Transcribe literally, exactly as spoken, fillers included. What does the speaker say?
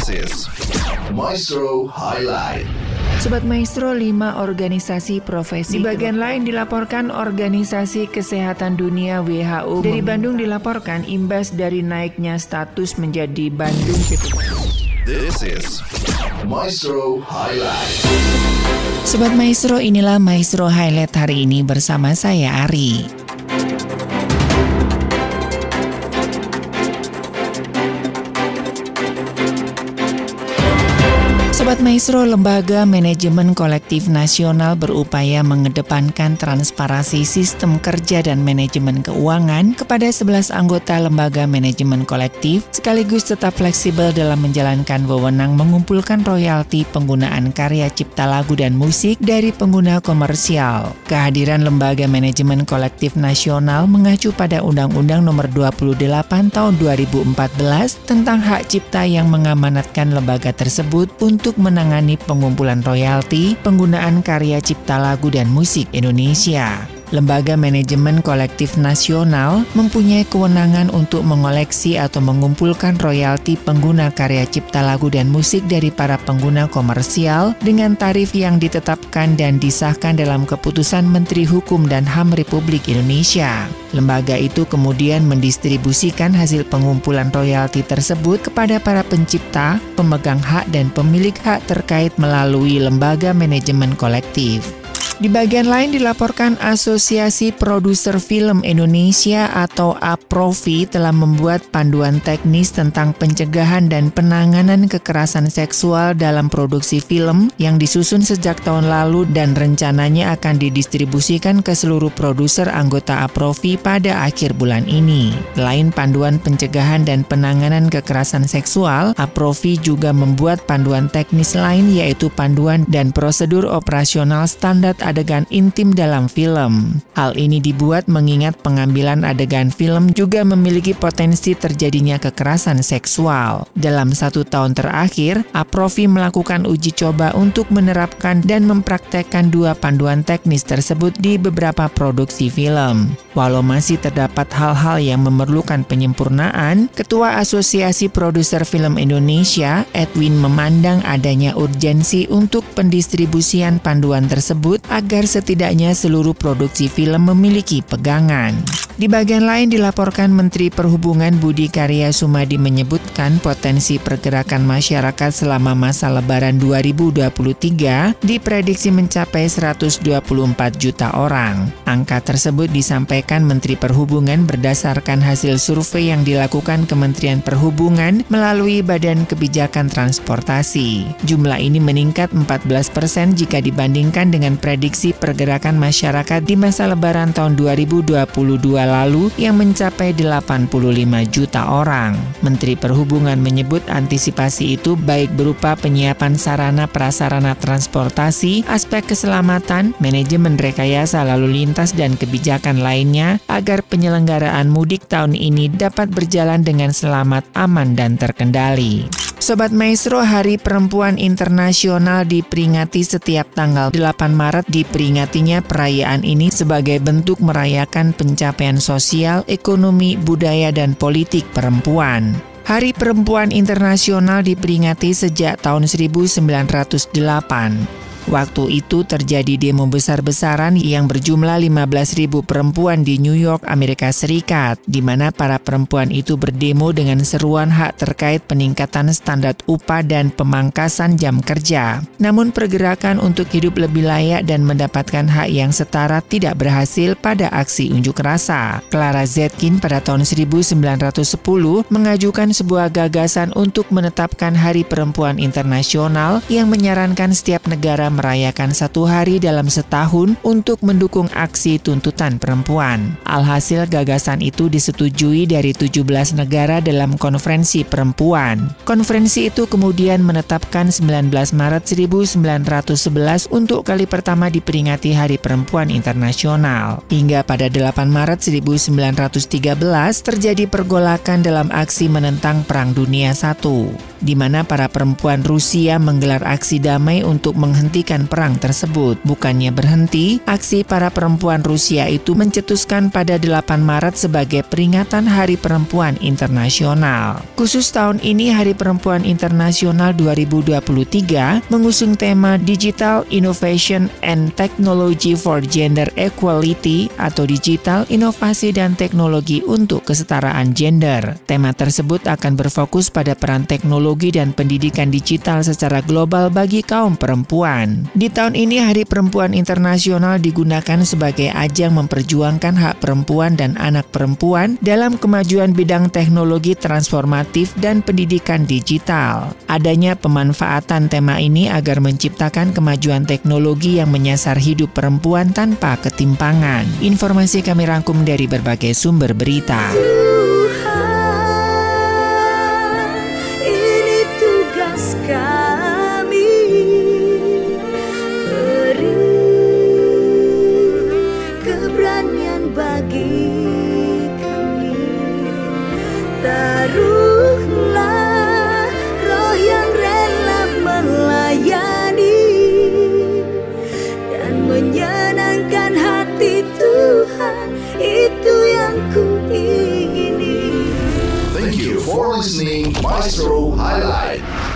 is Maestro Highlight. Sobat Maestro, lima organisasi profesi. Di bagian lain dilaporkan Organisasi Kesehatan Dunia W H O dari Bandung dilaporkan imbas dari naiknya status menjadi Bandung. This is Maestro Highlight. Sobat Maestro, inilah Maestro Highlight hari ini bersama saya Ari. Sobat Maestro, Lembaga Manajemen Kolektif Nasional berupaya mengedepankan transparansi sistem kerja dan manajemen keuangan kepada sebelas anggota Lembaga Manajemen Kolektif, sekaligus tetap fleksibel dalam menjalankan wewenang mengumpulkan royalti penggunaan karya cipta lagu dan musik dari pengguna komersial. Kehadiran Lembaga Manajemen Kolektif Nasional mengacu pada Undang-Undang Nomor dua puluh delapan Tahun dua ribu empat belas tentang hak cipta yang mengamanatkan lembaga tersebut untuk menangani pengumpulan royalti penggunaan karya cipta lagu dan musik Indonesia. Lembaga Manajemen Kolektif Nasional mempunyai kewenangan untuk mengoleksi atau mengumpulkan royalti pengguna karya cipta lagu dan musik dari para pengguna komersial dengan tarif yang ditetapkan dan disahkan dalam keputusan Menteri Hukum dan H A M Republik Indonesia. Lembaga itu kemudian mendistribusikan hasil pengumpulan royalti tersebut kepada para pencipta, pemegang hak dan pemilik hak terkait melalui Lembaga Manajemen Kolektif. Di bagian lain dilaporkan Asosiasi Produser Film Indonesia atau APROFI telah membuat panduan teknis tentang pencegahan dan penanganan kekerasan seksual dalam produksi film yang disusun sejak tahun lalu dan rencananya akan didistribusikan ke seluruh produser anggota APROFI pada akhir bulan ini. Selain panduan pencegahan dan penanganan kekerasan seksual, APROFI juga membuat panduan teknis lain yaitu panduan dan prosedur operasional standar adegan intim dalam film. Hal ini dibuat mengingat pengambilan adegan film juga memiliki potensi terjadinya kekerasan seksual. Dalam satu tahun terakhir, APROFI melakukan uji coba untuk menerapkan dan mempraktekkan dua panduan teknis tersebut di beberapa produksi film. Walau masih terdapat hal-hal yang memerlukan penyempurnaan, Ketua Asosiasi Produser Film Indonesia, Edwin, memandang adanya urgensi untuk pendistribusian panduan tersebut agar setidaknya seluruh produksi film memiliki pegangan. Di bagian lain dilaporkan Menteri Perhubungan Budi Karya Sumadi menyebutkan potensi pergerakan masyarakat selama masa Lebaran dua ribu dua puluh tiga diprediksi mencapai seratus dua puluh empat juta orang. Angka tersebut disampaikan Menteri Perhubungan berdasarkan hasil survei yang dilakukan Kementerian Perhubungan melalui Badan Kebijakan Transportasi. Jumlah ini meningkat empat belas persen jika dibandingkan dengan prediksi pergerakan masyarakat di masa Lebaran tahun dua ribu dua puluh dua lalu yang mencapai delapan puluh lima juta orang. Menteri Perhubungan menyebut antisipasi itu baik berupa penyiapan sarana prasarana transportasi, aspek keselamatan, manajemen rekayasa lalu lintas dan kebijakan lainnya agar penyelenggaraan mudik tahun ini dapat berjalan dengan selamat, aman dan terkendali. Sobat Maestro, Hari Perempuan Internasional diperingati setiap tanggal delapan Maret. Diperingatinya perayaan ini sebagai bentuk merayakan pencapaian sosial, ekonomi, budaya, dan politik perempuan. Hari Perempuan Internasional diperingati sejak tahun seribu sembilan ratus delapan. Waktu itu terjadi demo besar-besaran yang berjumlah lima belas ribu perempuan di New York, Amerika Serikat, di mana para perempuan itu berdemo dengan seruan hak terkait peningkatan standar upah dan pemangkasan jam kerja. Namun pergerakan untuk hidup lebih layak dan mendapatkan hak yang setara tidak berhasil pada aksi unjuk rasa. Clara Zetkin pada tahun seribu sembilan ratus sepuluh mengajukan sebuah gagasan untuk menetapkan Hari Perempuan Internasional yang menyarankan setiap negara merayakan satu hari dalam setahun untuk mendukung aksi tuntutan perempuan. Alhasil gagasan itu disetujui dari tujuh belas negara dalam konferensi perempuan. Konferensi itu kemudian menetapkan sembilan belas Maret seribu sembilan ratus sebelas untuk kali pertama diperingati Hari Perempuan Internasional. Hingga pada delapan Maret seribu sembilan ratus tiga belas terjadi pergolakan dalam aksi menentang Perang Dunia Satu, di mana para perempuan Rusia menggelar aksi damai untuk menghentikan menghentikan perang tersebut. Bukannya berhenti, aksi para perempuan Rusia itu mencetuskan pada delapan Maret sebagai peringatan Hari Perempuan Internasional. Khusus tahun ini Hari Perempuan Internasional dua ribu dua puluh tiga mengusung tema Digital Innovation and Technology for Gender Equality atau Digital Inovasi dan Teknologi untuk Kesetaraan Gender. Tema tersebut akan berfokus pada peran teknologi dan pendidikan digital secara global bagi kaum perempuan. Di tahun ini Hari Perempuan Internasional digunakan sebagai ajang memperjuangkan hak perempuan dan anak perempuan dalam kemajuan bidang teknologi transformatif dan pendidikan digital. Adanya pemanfaatan tema ini agar menciptakan kemajuan teknologi yang menyasar hidup perempuan tanpa ketimpangan. Informasi kami rangkum dari berbagai sumber berita. Kami beri keberanian bagi kami, taruhlah roh yang rela melayani dan menyenangkan hati Tuhan, itu yang ku ingini. Thank you for listening Maestro Highlight.